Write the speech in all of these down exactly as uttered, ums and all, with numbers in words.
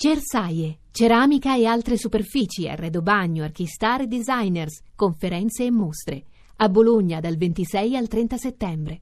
Cersaie, ceramica e altre superfici, arredo bagno, archistar e designers, conferenze e mostre. A Bologna dal ventisei al trenta settembre.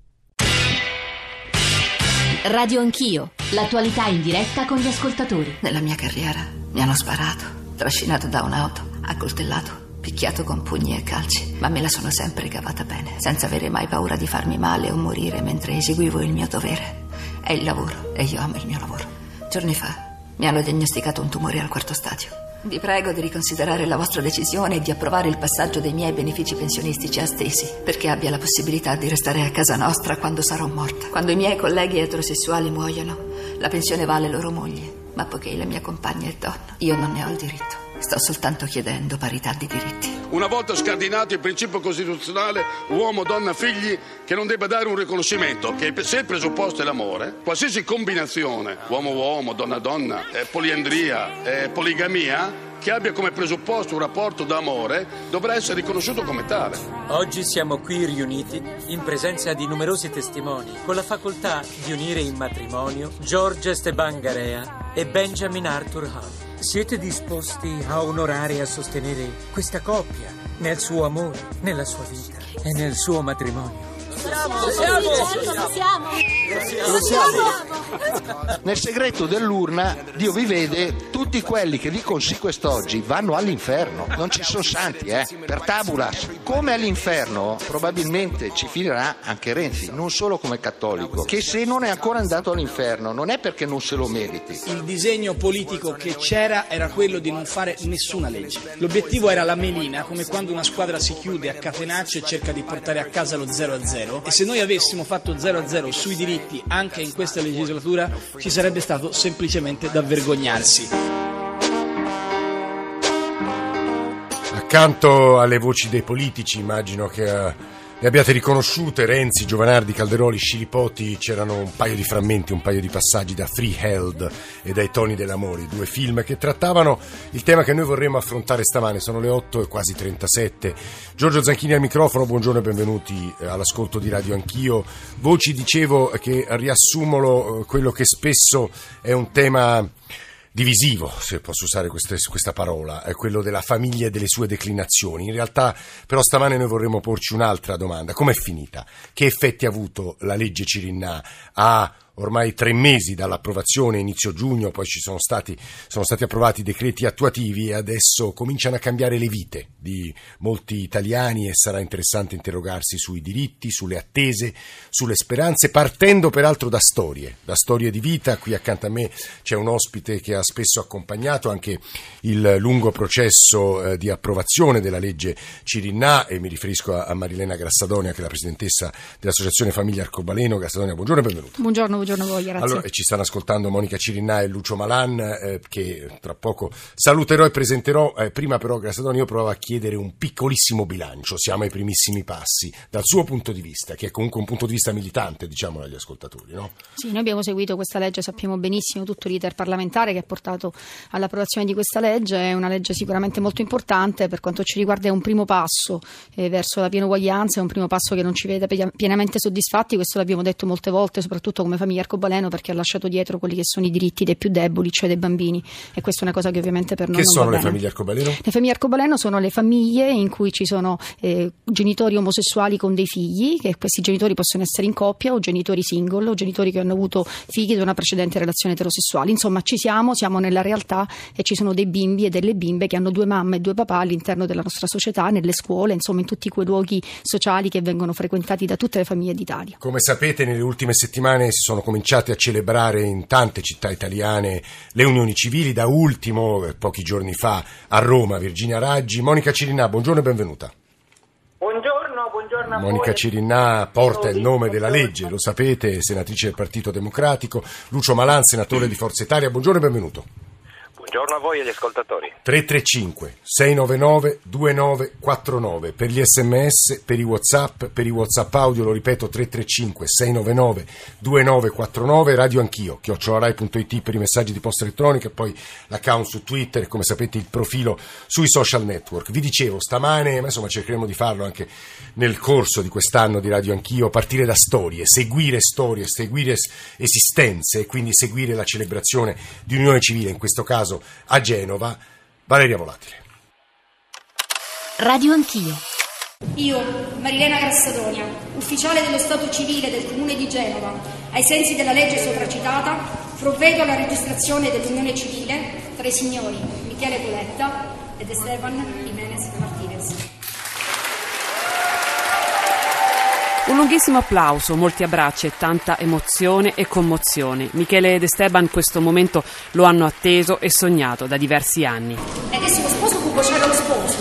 Radio Anch'io, l'attualità in diretta con gli ascoltatori. Nella mia carriera mi hanno sparato, trascinato da un'auto, accoltellato, picchiato con pugni e calci, ma me la sono sempre cavata bene, senza avere mai paura di farmi male o morire mentre eseguivo il mio dovere. È il lavoro e io amo il mio lavoro. Giorni fa mi hanno diagnosticato un tumore al quarto stadio. Vi prego di riconsiderare la vostra decisione e di approvare il passaggio dei miei benefici pensionistici a Stacy, perché abbia la possibilità di restare a casa nostra quando sarò morta. Quando i miei colleghi eterosessuali muoiono, la pensione va alle loro mogli, ma poiché la mia compagna è donna, io non ne ho il diritto. Sto soltanto chiedendo parità di diritti. Una volta scardinato il principio costituzionale uomo, donna, figli, che non debba dare un riconoscimento, che se il presupposto è l'amore, qualsiasi combinazione, uomo-uomo, donna-donna, eh, poliandria, eh, poligamia, che abbia come presupposto un rapporto d'amore, dovrà essere riconosciuto come tale. Oggi siamo qui riuniti in presenza di numerosi testimoni, con la facoltà di unire in matrimonio George Esteban Garea e Benjamin Arthur Hunt. Siete disposti a onorare e a sostenere questa coppia nel suo amore, nella sua vita e nel suo matrimonio? Siamo, lo siamo, lo siamo, lo siamo. Nel segreto dell'urna Dio vi vede, tutti quelli che dicono sì quest'oggi vanno all'inferno, non ci sono santi, eh, per tabulas. Come all'inferno probabilmente ci finirà anche Renzi, non solo come cattolico, che se non è ancora andato all'inferno non è perché non se lo meriti. Il disegno politico che c'era era quello di non fare nessuna legge. L'obiettivo era la melina, come quando una squadra si chiude a catenaccio e cerca di portare a casa lo zero a zero. E se noi avessimo fatto zero a zero sui diritti anche in questa legislatura, ci sarebbe stato semplicemente da vergognarsi. Accanto alle voci dei politici, immagino che uh, le abbiate riconosciute, Renzi, Giovanardi, Calderoli, Scilipoti, c'erano un paio di frammenti, un paio di passaggi da Freeheld e dai Toni dell'amore, due film che trattavano il tema che noi vorremmo affrontare stamane. Sono le otto e quasi trentasette. Giorgio Zanchini al microfono, buongiorno e benvenuti all'ascolto di Radio Anch'io. Voci, dicevo, che riassumono quello che spesso è un tema divisivo, se posso usare queste, questa parola, è quello della famiglia e delle sue declinazioni. In realtà però stamane noi vorremmo porci un'altra domanda: com'è finita? Che effetti ha avuto la legge Cirinnà? Ha ormai tre mesi dall'approvazione, inizio giugno, poi ci sono stati, sono stati approvati i decreti attuativi e adesso cominciano a cambiare le vite di molti italiani e sarà interessante interrogarsi sui diritti, sulle attese, sulle speranze, partendo peraltro da storie, da storie di vita. Qui accanto a me c'è un ospite che ha spesso accompagnato anche il lungo processo eh, di approvazione della legge Cirinnà, e mi riferisco a, a Marilena Grassadonia, che è la presidentessa dell'associazione Famiglia Arcobaleno. Grassadonia, buongiorno e benvenuta. Buongiorno. Buongiorno a voi, grazie. Allora, ci stanno ascoltando Monica Cirinnà e Lucio Malan, eh, che tra poco saluterò e presenterò. Eh, prima però, Grassadonia, io provo a chiedere un piccolissimo bilancio. Siamo ai primissimi passi, dal suo punto di vista, che è comunque un punto di vista militante, diciamo, agli ascoltatori, no? Sì, noi abbiamo seguito questa legge, sappiamo benissimo tutto l'iter parlamentare che ha portato all'approvazione di questa legge. È una legge sicuramente molto importante, per quanto ci riguarda è un primo passo eh, verso la piena uguaglianza, è un primo passo che non ci vede pienamente soddisfatti, questo l'abbiamo detto molte volte, soprattutto come famiglia Arcobaleno, perché ha lasciato dietro quelli che sono i diritti dei più deboli, cioè dei bambini, e questa è una cosa che ovviamente per noi che non sono va le bene. famiglie Arcobaleno? Le famiglie Arcobaleno sono le famiglie in cui ci sono eh, genitori omosessuali con dei figli, che questi genitori possono essere in coppia o genitori single o genitori che hanno avuto figli da una precedente relazione eterosessuale. Insomma, ci siamo, siamo nella realtà e ci sono dei bimbi e delle bimbe che hanno due mamme e due papà all'interno della nostra società, nelle scuole, insomma in tutti quei luoghi sociali che vengono frequentati da tutte le famiglie d'Italia. Come sapete, nelle ultime settimane si sono cominciate a celebrare in tante città italiane le unioni civili, da ultimo pochi giorni fa a Roma Virginia Raggi. Monica Cirinnà, buongiorno e benvenuta. Buongiorno, buongiorno a Monica voi. Cirinnà porta il nome della legge, lo sapete, senatrice del Partito Democratico. Lucio Malan, senatore di Forza Italia, buongiorno e benvenuto. Buongiorno a voi e agli ascoltatori. tre tre cinque sei nove nove due nove quattro nove per gli sms, per i WhatsApp, per i WhatsApp audio, lo ripeto, tre tre cinque sei nove nove due nove quattro nove, radio anch'io, chiocciola punto it per i messaggi di posta elettronica, poi l'account su Twitter e come sapete il profilo sui social network. Vi dicevo stamane, ma insomma cercheremo di farlo anche nel corso di quest'anno di Radio Anch'io, partire da storie, seguire storie, seguire esistenze e quindi seguire la celebrazione di unione civile, in questo caso a Genova. Valeria Volatile. Radio Anch'io. Io, Marilena Grassadonia, ufficiale dello Stato civile del Comune di Genova, ai sensi della legge sopracitata, provvedo alla registrazione dell'unione civile tra i signori Michele Coletta ed Esteban Jiménez Martinez. Un lunghissimo applauso, molti abbracci e tanta emozione e commozione. Michele ed Esteban questo momento lo hanno atteso e sognato da diversi anni. E adesso lo sposo può baciare lo sposo.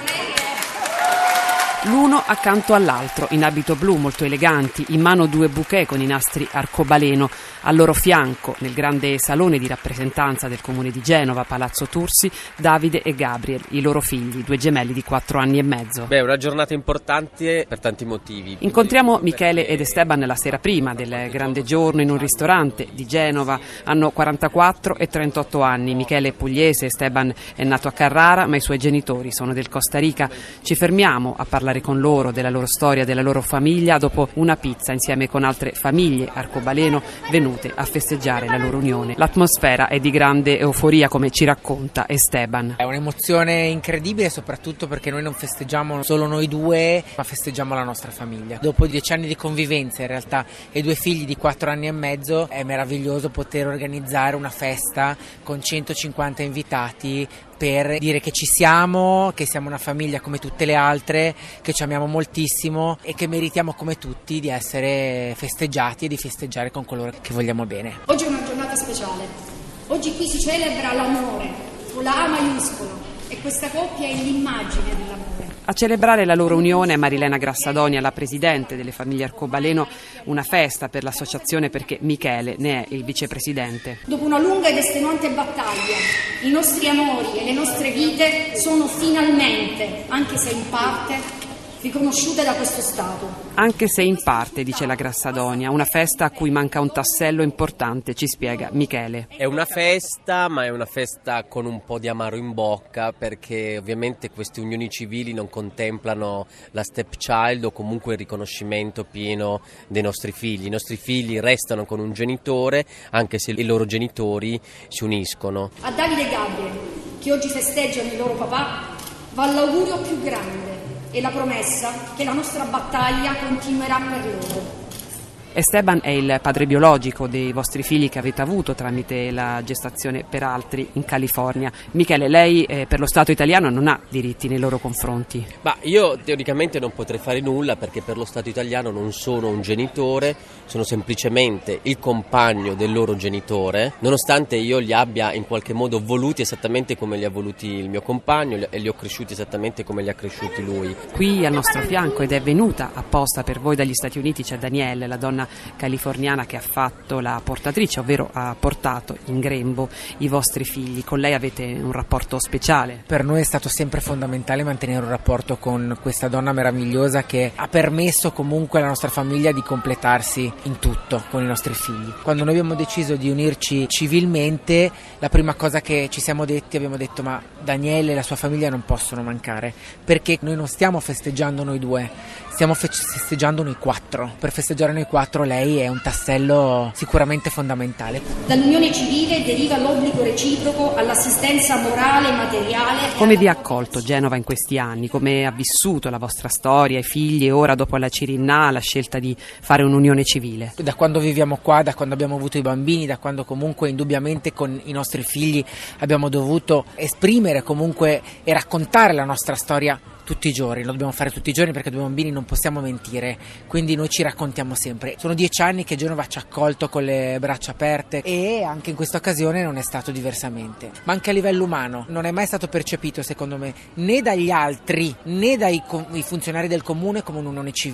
L'uno accanto all'altro, in abito blu molto eleganti, in mano due bouquet con i nastri arcobaleno. Al loro fianco, nel grande salone di rappresentanza del comune di Genova, Palazzo Tursi, Davide e Gabriel, i loro figli, due gemelli di quattro anni e mezzo. Beh, è una giornata importante per tanti motivi. Incontriamo Michele ed Esteban la sera prima del grande giorno in un ristorante di Genova. Hanno quarantaquattro e trentotto anni. Michele è pugliese, Esteban è nato a Carrara, ma i suoi genitori sono del Costa Rica. Ci fermiamo a parlare con loro, della loro storia, della loro famiglia, dopo una pizza insieme con altre famiglie arcobaleno venute a festeggiare la loro unione. L'atmosfera è di grande euforia, come ci racconta Esteban. È un'emozione incredibile, soprattutto perché noi non festeggiamo solo noi due, ma festeggiamo la nostra famiglia. Dopo dieci anni di convivenza, in realtà, e due figli di quattro anni e mezzo, è meraviglioso poter organizzare una festa con centocinquanta invitati per dire che ci siamo, che siamo una famiglia come tutte le altre, che ci amiamo moltissimo e che meritiamo come tutti di essere festeggiati e di festeggiare con coloro che vogliamo bene. Oggi è una giornata speciale. Oggi qui si celebra l'amore, con la A maiuscolo, e questa coppia è l'immagine dell'amore. A celebrare la loro unione è Marilena Grassadonia, la presidente delle famiglie arcobaleno, una festa per l'associazione perché Michele ne è il vicepresidente. Dopo una lunga ed estenuante battaglia, i nostri amori e le nostre vite sono finalmente, anche se in parte, riconosciute da questo Stato. Anche se in parte, dice la Grassadonia, una festa a cui manca un tassello importante, ci spiega Michele. È una festa, ma è una festa con un po' di amaro in bocca, perché ovviamente queste unioni civili non contemplano la stepchild o comunque il riconoscimento pieno dei nostri figli. I nostri figli restano con un genitore, anche se i loro genitori si uniscono. A Davide e Gabriel, che oggi festeggiano il loro papà, va l'augurio più grande e la promessa che la nostra battaglia continuerà per loro. Esteban è il padre biologico dei vostri figli che avete avuto tramite la gestazione per altri in California. Michele, lei eh, per lo Stato italiano non ha diritti nei loro confronti? Ma io teoricamente non potrei fare nulla perché per lo Stato italiano non sono un genitore, sono semplicemente il compagno del loro genitore, nonostante io li abbia in qualche modo voluti esattamente come li ha voluti il mio compagno e li ho cresciuti esattamente come li ha cresciuti lui. Qui al nostro fianco, ed è venuta apposta per voi dagli Stati Uniti, c'è Danielle, la donna californiana che ha fatto la portatrice, ovvero ha portato in grembo i vostri figli. Con lei avete un rapporto speciale? Per noi è stato sempre fondamentale mantenere un rapporto con questa donna meravigliosa che ha permesso comunque alla nostra famiglia di completarsi in tutto con i nostri figli. Quando noi abbiamo deciso di unirci civilmente, la prima cosa che ci siamo detti, abbiamo detto: ma Daniele e la sua famiglia non possono mancare, perché noi non stiamo festeggiando noi due, stiamo festeggiando noi quattro. Per festeggiare noi quattro lei è un tassello sicuramente fondamentale. Dall'unione civile deriva l'obbligo reciproco all'assistenza morale e materiale. Come vi ha accolto Genova in questi anni? Come ha vissuto la vostra storia, i figli e ora dopo la Cirinna la scelta di fare un'unione civile? Da quando viviamo qua, da quando abbiamo avuto i bambini, da quando comunque indubbiamente con i nostri figli abbiamo dovuto esprimere comunque e raccontare la nostra storia tutti i giorni, lo dobbiamo fare tutti i giorni perché due bambini non possiamo mentire, quindi noi ci raccontiamo sempre. Sono dieci anni che Genova ci ha accolto con le braccia aperte e anche in questa occasione non è stato diversamente. Ma anche a livello umano non è mai stato percepito, secondo me, né dagli altri né dai com- funzionari del comune come un'unione civile.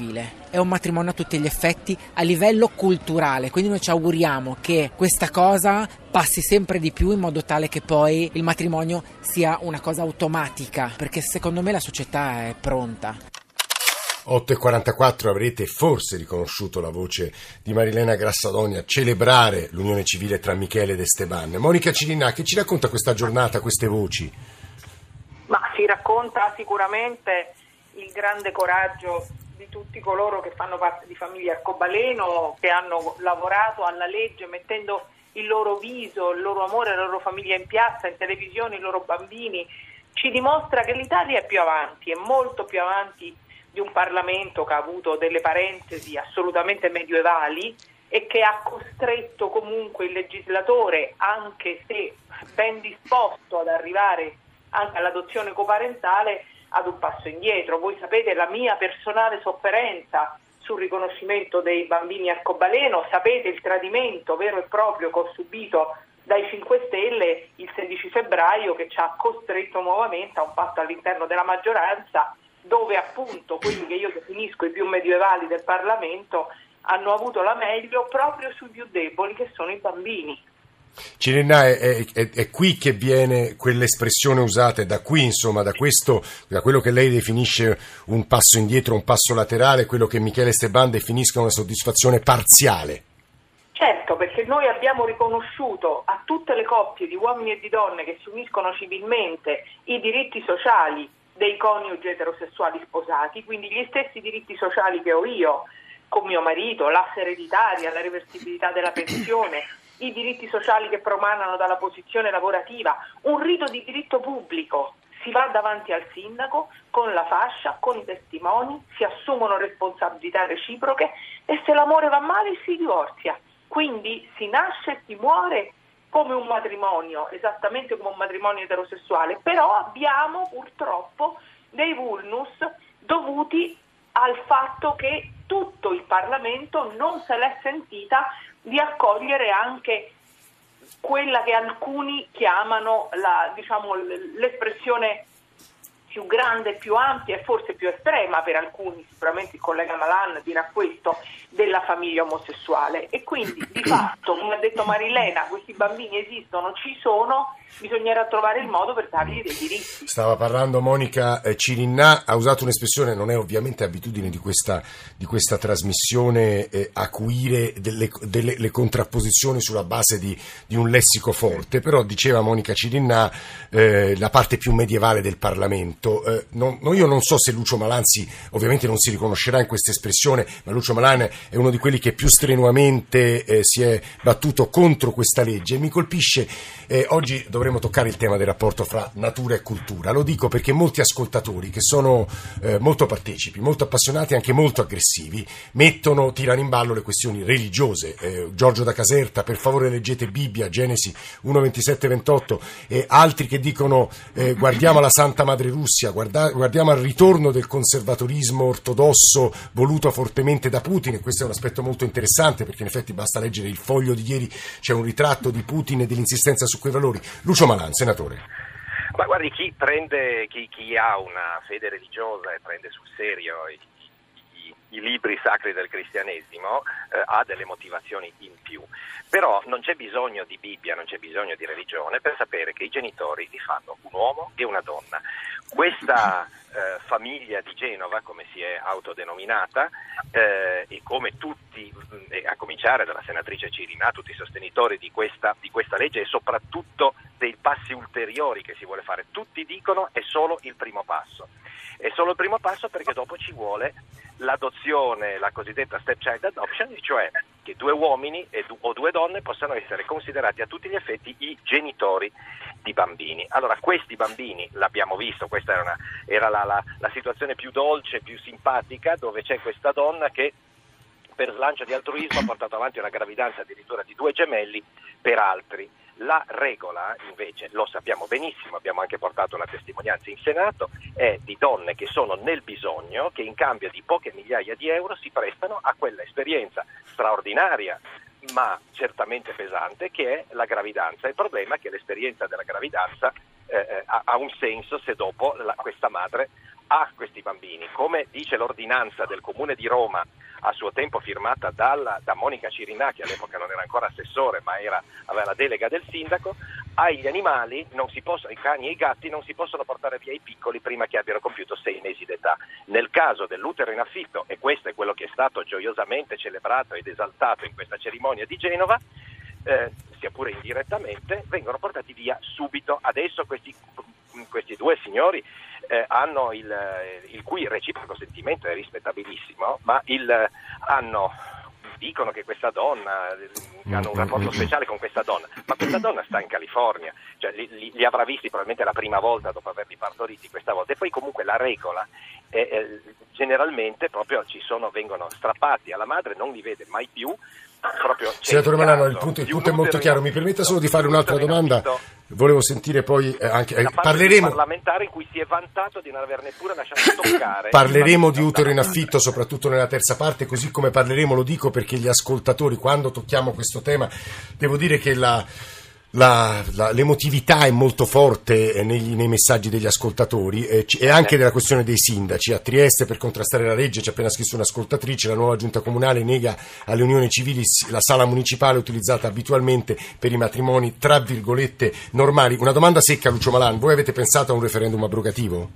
è un matrimonio a tutti gli effetti a livello culturale, quindi noi ci auguriamo che questa cosa passi sempre di più in modo tale che poi il matrimonio sia una cosa automatica, perché secondo me la società è pronta. otto e quarantaquattro avrete forse riconosciuto la voce di Marilena Grassadonia celebrare l'unione civile tra Michele ed Esteban. Monica Cirinnà, che ci racconta questa giornata, queste voci? Ma si racconta sicuramente il grande coraggio di tutti coloro che fanno parte di famiglia Arcobaleno, che hanno lavorato alla legge mettendo il loro viso, il loro amore, la loro famiglia in piazza, in televisione, i loro bambini. Ci dimostra che l'Italia è più avanti, è molto più avanti di un Parlamento che ha avuto delle parentesi assolutamente medievali e che ha costretto comunque il legislatore, anche se ben disposto ad arrivare anche all'adozione coparentale, ad un passo indietro. Voi sapete la mia personale sofferenza sul riconoscimento dei bambini arcobaleno, sapete il tradimento vero e proprio che ho subito dai cinque Stelle il sedici febbraio, che ci ha costretto nuovamente a un patto all'interno della maggioranza, dove appunto quelli che io definisco i più medievali del Parlamento hanno avuto la meglio proprio sui più deboli, che sono i bambini. Cirinnà, è, è, è qui che viene quell'espressione usata, è da qui, insomma, da questo, da quello che lei definisce un passo indietro, un passo laterale, quello che Michele Esteban definisca una soddisfazione parziale. Certo, perché noi abbiamo riconosciuto a tutte le coppie di uomini e di donne che si uniscono civilmente i diritti sociali dei coniugi eterosessuali sposati, quindi gli stessi diritti sociali che ho io con mio marito, l'asse ereditaria, la reversibilità della pensione, i diritti sociali che promanano dalla posizione lavorativa, un rito di diritto pubblico. Si va davanti al sindaco con la fascia, con i testimoni, si assumono responsabilità reciproche e se l'amore va male si divorzia. Quindi si nasce e si muore come un matrimonio, esattamente come un matrimonio eterosessuale, però abbiamo purtroppo dei vulnus dovuti al fatto che tutto il Parlamento non se l'è sentita di accogliere anche quella che alcuni chiamano la, diciamo, l'espressione più grande, più ampia e forse più estrema per alcuni, sicuramente il collega Malan dirà questo, della famiglia omosessuale. E quindi di fatto, come ha detto Marilena, questi bambini esistono, ci sono, bisognerà trovare il modo per dargli dei diritti. Stava parlando Monica Cirinnà, ha usato un'espressione, non è ovviamente abitudine di questa, di questa trasmissione eh, acuire delle, delle le contrapposizioni sulla base di, di un lessico forte, però diceva Monica Cirinnà eh, la parte più medievale del Parlamento. Eh, non, no, io non so se Lucio Malan si, ovviamente non si riconoscerà in questa espressione, ma Lucio Malan è uno di quelli che più strenuamente eh, si è battuto contro questa legge. Mi colpisce, eh, oggi dovremo toccare il tema del rapporto fra natura e cultura. Lo dico perché molti ascoltatori che sono eh, molto partecipi, molto appassionati e anche molto aggressivi mettono, tirano in ballo le questioni religiose. Eh, Giorgio da Caserta, per favore leggete Bibbia, Genesi uno ventisette ventotto, e altri che dicono eh, guardiamo alla Santa Madre Russia, guarda, guardiamo al ritorno del conservatorismo ortodosso voluto fortemente da Putin. E questo è un aspetto molto interessante, perché in effetti basta leggere il Foglio di ieri, c'è un ritratto di Putin e dell'insistenza su quei valori. Lucio Malan, senatore. Ma guardi, chi prende, chi, chi ha una fede religiosa e prende sul serio i, i, i libri sacri del cristianesimo eh, ha delle motivazioni in più. Però non c'è bisogno di Bibbia, non c'è bisogno di religione per sapere che i genitori li fanno un uomo e una donna. Questa eh, famiglia di Genova, come si è autodenominata, eh, e come tutti, eh, a cominciare dalla senatrice Cirinnà, tutti i sostenitori di questa, di questa legge e soprattutto dei passi ulteriori che si vuole fare, tutti dicono è solo il primo passo. È solo il primo passo perché dopo ci vuole l'adozione, la cosiddetta stepchild adoption, cioè che due uomini e du- o due donne possano essere considerati a tutti gli effetti i genitori di bambini. Allora questi bambini, l'abbiamo visto, questa era, una, era la, la, la situazione più dolce, più simpatica, dove c'è questa donna che per slancio di altruismo ha portato avanti una gravidanza addirittura di due gemelli per altri. La regola invece, lo sappiamo benissimo, abbiamo anche portato una testimonianza in Senato, è di donne che sono nel bisogno, che in cambio di poche migliaia di euro si prestano a quella esperienza straordinaria ma certamente pesante che è la gravidanza. Il problema è che l'esperienza della gravidanza eh, ha, ha un senso se dopo la, questa madre a questi bambini, come dice l'ordinanza del Comune di Roma a suo tempo firmata dalla, da Monica Cirinà, che all'epoca non era ancora assessore ma era, aveva la delega del sindaco, agli animali non si possono, i cani e i gatti non si possono portare via i piccoli prima che abbiano compiuto sei mesi d'età. Nel caso dell'utero in affitto, e questo è quello che è stato gioiosamente celebrato ed esaltato in questa cerimonia di Genova, eh, sia pure indirettamente, vengono portati via subito. Adesso questi, questi due signori eh, hanno il, il cui reciproco sentimento è rispettabilissimo, ma il, hanno... dicono che questa donna, hanno un rapporto speciale con questa donna, ma questa donna sta in California, cioè li, li, li avrà visti probabilmente la prima volta dopo averli partoriti questa volta, e poi comunque la regola è, è, generalmente proprio ci sono, vengono strappati alla madre, non li vede mai più. Senatore Malan, il punto, il punto è molto chiaro. Mi permetta solo di fare un'altra domanda. Volevo sentire poi eh, anche eh, parleremo parlamentare in cui si è vantato di non aver neppure lasciato toccare. Parleremo di utero in affitto soprattutto nella terza parte, così come parleremo, lo dico perché gli ascoltatori, quando tocchiamo questo tema, devo dire che la La, la, l'emotività è molto forte nei, nei messaggi degli ascoltatori eh, e anche della questione dei sindaci. A Trieste, per contrastare la legge, ci ha appena scritto un'ascoltatrice, la nuova giunta comunale nega alle unioni civili la sala municipale utilizzata abitualmente per i matrimoni tra virgolette normali. Una domanda secca, Lucio Malan: voi avete pensato a un referendum abrogativo?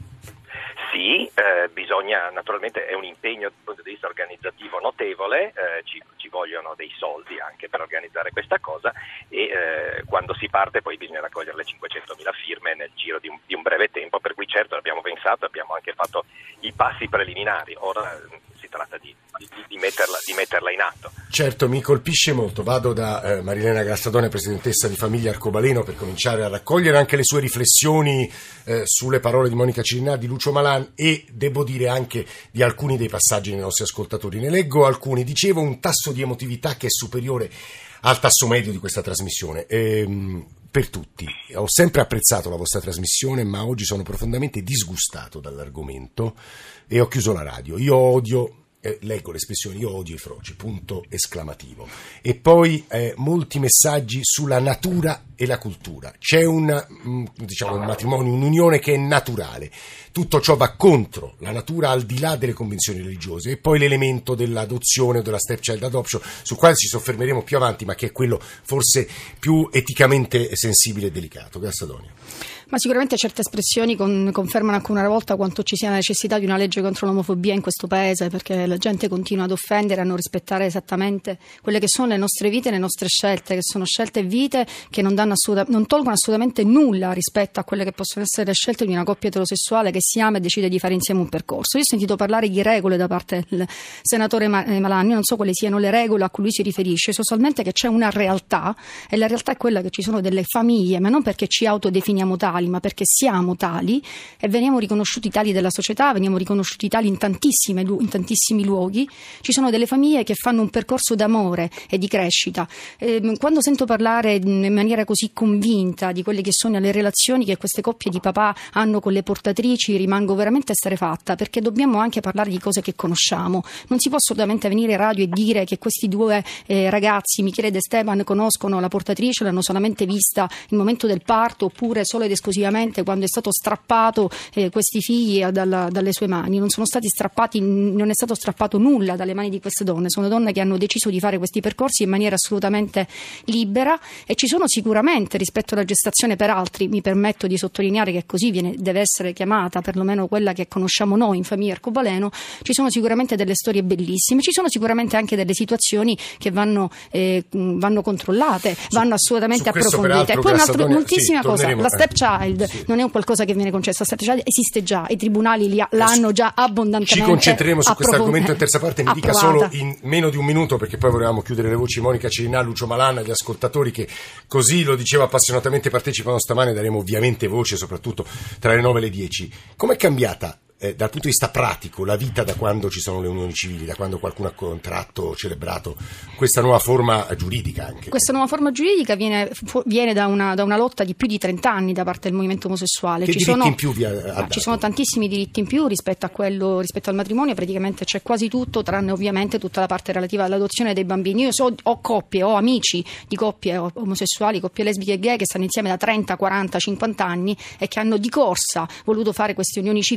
Sì, eh, bisogna, naturalmente è un impegno dal punto di vista organizzativo notevole, eh, ci, ci vogliono dei soldi anche per organizzare questa cosa, e eh, quando si parte poi bisogna raccogliere le cinquecentomila firme nel giro di un, di un breve tempo, per cui certo abbiamo pensato, abbiamo anche fatto i passi preliminari, ora si tratta di, di, di, metterla, di metterla in atto. Certo, mi colpisce molto. Vado da eh, Marilena Grassadonia, presidentessa di Famiglia Arcobaleno, per cominciare a raccogliere anche le sue riflessioni eh, sulle parole di Monica Cirinà, di Lucio Malan e, devo dire, anche di alcuni dei passaggi dei nostri ascoltatori. Ne leggo alcuni. Dicevo, un tasso di emotività che è superiore al tasso medio di questa trasmissione. Ehm, per tutti. Ho sempre apprezzato la vostra trasmissione, ma oggi sono profondamente disgustato dall'argomento e ho chiuso la radio. Io odio... Eh, leggo l'espressione io odio i froci, punto esclamativo. E poi eh, molti messaggi sulla natura e la cultura. C'è un, mh, diciamo, un matrimonio, un'unione che è naturale. Tutto ciò va contro la natura, al di là delle convinzioni religiose. E poi l'elemento dell'adozione o della stepchild adoption, sul quale ci soffermeremo più avanti, ma che è quello forse più eticamente sensibile e delicato. Grassadonia. Ma sicuramente certe espressioni con, confermano ancora una volta quanto ci sia la necessità di una legge contro l'omofobia in questo paese, perché la gente continua ad offendere, a non rispettare esattamente quelle che sono le nostre vite e le nostre scelte, che sono scelte e vite che non, danno assoluta, non tolgono assolutamente nulla rispetto a quelle che possono essere le scelte di una coppia eterosessuale che si ama e decide di fare insieme un percorso. Io ho sentito parlare di regole da parte del senatore Malan, io non so quali siano le regole a cui lui si riferisce, so solamente che c'è una realtà, e la realtà è quella che ci sono delle famiglie, ma non perché ci autodefiniamo tali, ma perché siamo tali e veniamo riconosciuti tali dalla società, veniamo riconosciuti tali in tantissime, in tantissimi luoghi. Ci sono delle famiglie che fanno un percorso d'amore e di crescita. Eh, quando sento parlare in maniera così convinta di quelle che sono le relazioni che queste coppie di papà hanno con le portatrici, rimango veramente esterrefatta, perché dobbiamo anche parlare di cose che conosciamo. Non si può assolutamente venire in radio e dire che questi due eh, ragazzi, Michele ed Esteban, conoscono la portatrice, l'hanno solamente vista il momento del parto, oppure solo ed esclusivamente quando è stato strappato eh, questi figli dalla, dalle sue mani. Non sono stati strappati, non è stato strappato nulla dalle mani di queste donne. Sono donne che hanno deciso di fare questi percorsi in maniera assolutamente libera, e ci sono sicuramente, rispetto alla gestazione per altri, mi permetto di sottolineare che così viene, deve essere chiamata, perlomeno quella che conosciamo noi in Famiglia Arcobaleno, ci sono sicuramente delle storie bellissime, ci sono sicuramente anche delle situazioni che vanno, eh, vanno controllate, vanno assolutamente approfondite. E poi un'altra, un'ultima sì, cosa, la stepchild Sì. non è un qualcosa che viene concesso, la stepchild esiste già, i tribunali li ha, l'hanno già abbondantemente. Ci concentreremo su questo argomento in terza parte, mi approvata. Dica solo in meno di un minuto, perché poi volevamo chiudere le voci Monica Cirinà, Lucio Malan, gli ascoltatori che così lo diceva appassionatamente partecipano stamane, daremo ovviamente voce soprattutto tra le nove e le dieci. Com'è cambiata Eh, dal punto di vista pratico la vita da quando ci sono le unioni civili, da quando qualcuno ha contratto, celebrato questa nuova forma giuridica? Anche questa nuova forma giuridica viene, fu, viene da, una, da una lotta di più di trenta anni da parte del movimento omosessuale. Che ci diritti sono, in più vi ha, ha dato? Ci sono tantissimi diritti in più rispetto a quello, rispetto al matrimonio. Praticamente c'è quasi tutto, tranne ovviamente tutta la parte relativa all'adozione dei bambini. Io so, ho coppie, ho amici di coppie omosessuali, coppie lesbiche e gay che stanno insieme da trenta, quaranta, cinquanta anni e che hanno di corsa voluto fare queste unioni civili perché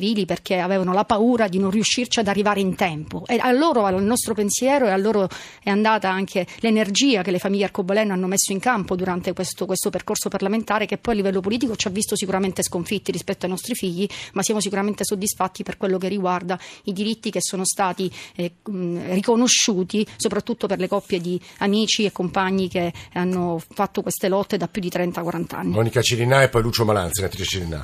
perché avevano la paura di non riuscirci ad arrivare in tempo, e a loro, al nostro pensiero, e a loro è andata anche l'energia che le famiglie arcobaleno hanno messo in campo durante questo, questo percorso parlamentare, che poi a livello politico ci ha visto sicuramente sconfitti rispetto ai nostri figli, ma siamo sicuramente soddisfatti per quello che riguarda i diritti che sono stati eh, riconosciuti, soprattutto per le coppie di amici e compagni che hanno fatto queste lotte da più di trenta quaranta anni. Monica Cirinnà e poi Lucio Malan. Senatrice Cirinnà.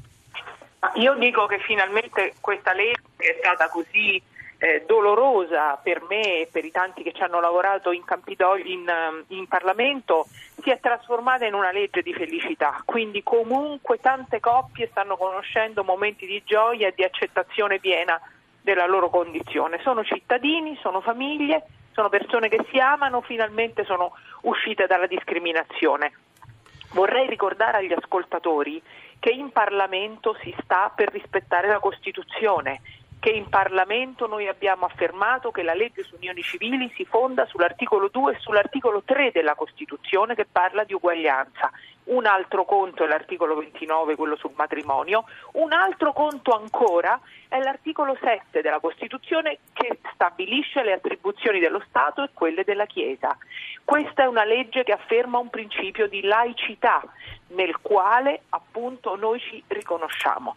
Io dico che finalmente questa legge è stata così eh, dolorosa per me e per i tanti che ci hanno lavorato in Campidoglio, in, in Parlamento, si è trasformata in una legge di felicità. Quindi comunque tante coppie stanno conoscendo momenti di gioia e di accettazione piena della loro condizione. Sono cittadini, sono famiglie, sono persone che si amano, finalmente sono uscite dalla discriminazione. Vorrei ricordare agli ascoltatori che in Parlamento si sta per rispettare la Costituzione, che in Parlamento noi abbiamo affermato che la legge su unioni civili si fonda sull'articolo due e sull'articolo tre della Costituzione, che parla di uguaglianza. Un altro conto è l'articolo ventinove, quello sul matrimonio, un altro conto ancora è l'articolo sette della Costituzione, che stabilisce le attribuzioni dello Stato e quelle della Chiesa. Questa è una legge che afferma un principio di laicità nel quale appunto noi ci riconosciamo.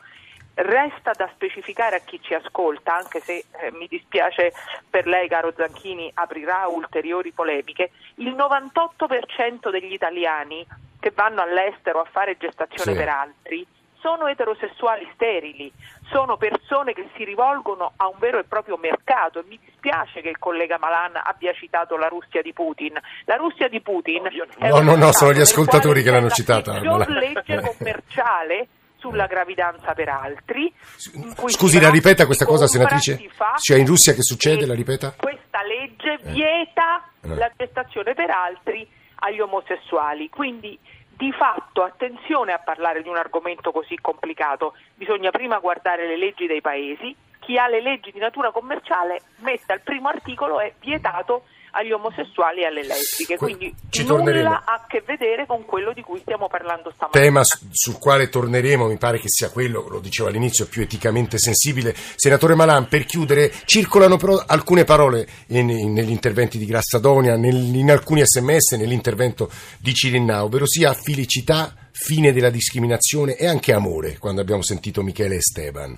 Resta da specificare a chi ci ascolta, anche se eh, mi dispiace per lei, caro Zanchini, aprirà ulteriori polemiche, il novantotto per cento degli italiani che vanno all'estero a fare gestazione sì. per altri sono eterosessuali sterili, sono persone che si rivolgono a un vero e proprio mercato, e mi dispiace che il collega Malan abbia citato la Russia di Putin. La Russia di Putin è no, no, no, sono gli ascoltatori che l'hanno citata. La peggior legge commerciale sulla gravidanza per altri. Scusi, la ripeta questa cosa, senatrice? Cioè in Russia che succede, la ripeta? Questa legge vieta eh. la gestazione per altri agli omosessuali, quindi di fatto attenzione a parlare di un argomento così complicato, bisogna prima guardare le leggi dei paesi. Chi ha le leggi di natura commerciale mette al primo articolo è vietato agli omosessuali e alle lesbiche, quindi Ci nulla torneremo. ha a che vedere con quello di cui stiamo parlando stamattina. Tema sul quale torneremo, mi pare che sia quello, lo dicevo all'inizio, più eticamente sensibile. Senatore Malan, per chiudere, circolano però alcune parole in, in, negli interventi di Grassadonia, nel, in alcuni sms, nell'intervento di Cirinnà, ovvero sia felicità, fine della discriminazione e anche amore, quando abbiamo sentito Michele e Steban.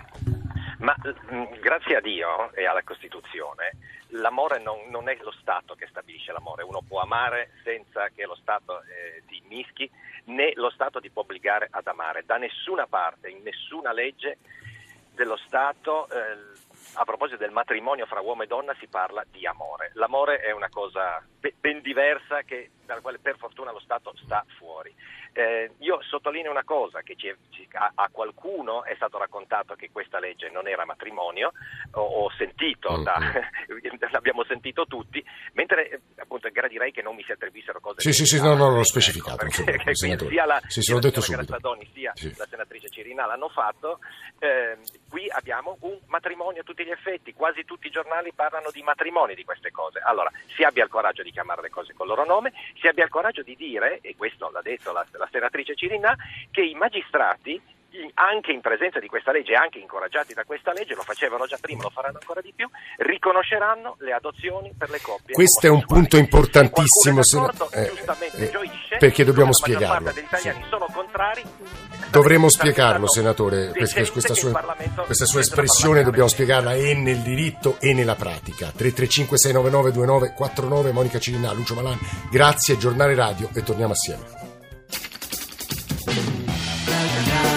Ma mh, grazie a Dio e alla Costituzione, l'amore non, non è lo Stato che stabilisce l'amore. Uno può amare senza che lo Stato eh, ti mischi, né lo Stato ti può obbligare ad amare. Da nessuna parte, in nessuna legge dello Stato, eh, a proposito del matrimonio fra uomo e donna, si parla di amore. L'amore è una cosa ben diversa, che, dalla quale per fortuna lo Stato sta fuori. Eh, io sottolineo una cosa, che ci è, ci, a, a qualcuno è stato raccontato che questa legge non era matrimonio, ho, ho sentito, da, l'abbiamo sentito tutti, mentre eh, appunto gradirei che non mi si attribuissero cose. Sì, sì, sì, no, no, l'ho specificato. Ecco, perché, senatore. Sia la, sì, sia l'ho detto la subito. Grazzadoni, sia sì. la senatrice Cirinnà l'hanno fatto. Eh, qui abbiamo un matrimonio a tutti gli effetti, quasi tutti i giornali parlano di matrimoni, di queste cose. Allora, si abbia il coraggio di chiamare le cose col loro nome, si abbia il coraggio di dire, e questo l'ha detto la, la senatrice Cirinnà, che i magistrati, anche in presenza di questa legge, anche incoraggiati da questa legge, lo facevano già prima, lo faranno ancora di più, riconosceranno le adozioni per le coppie. Questo è un punto importantissimo, se eh, giustamente eh, gioisce, perché dobbiamo la maggior spiegarlo. parte degli italiani sì. sono contrari. Dovremmo spiegarlo, senatore, questa, questa, sua, Parlamento, questa sua espressione dobbiamo spiegarla e nel diritto e nella pratica. tre tre cinque sei nove nove due nove quattro nove, Monica Cirinnà, Lucio Malan, grazie, Giornale Radio, e torniamo assieme.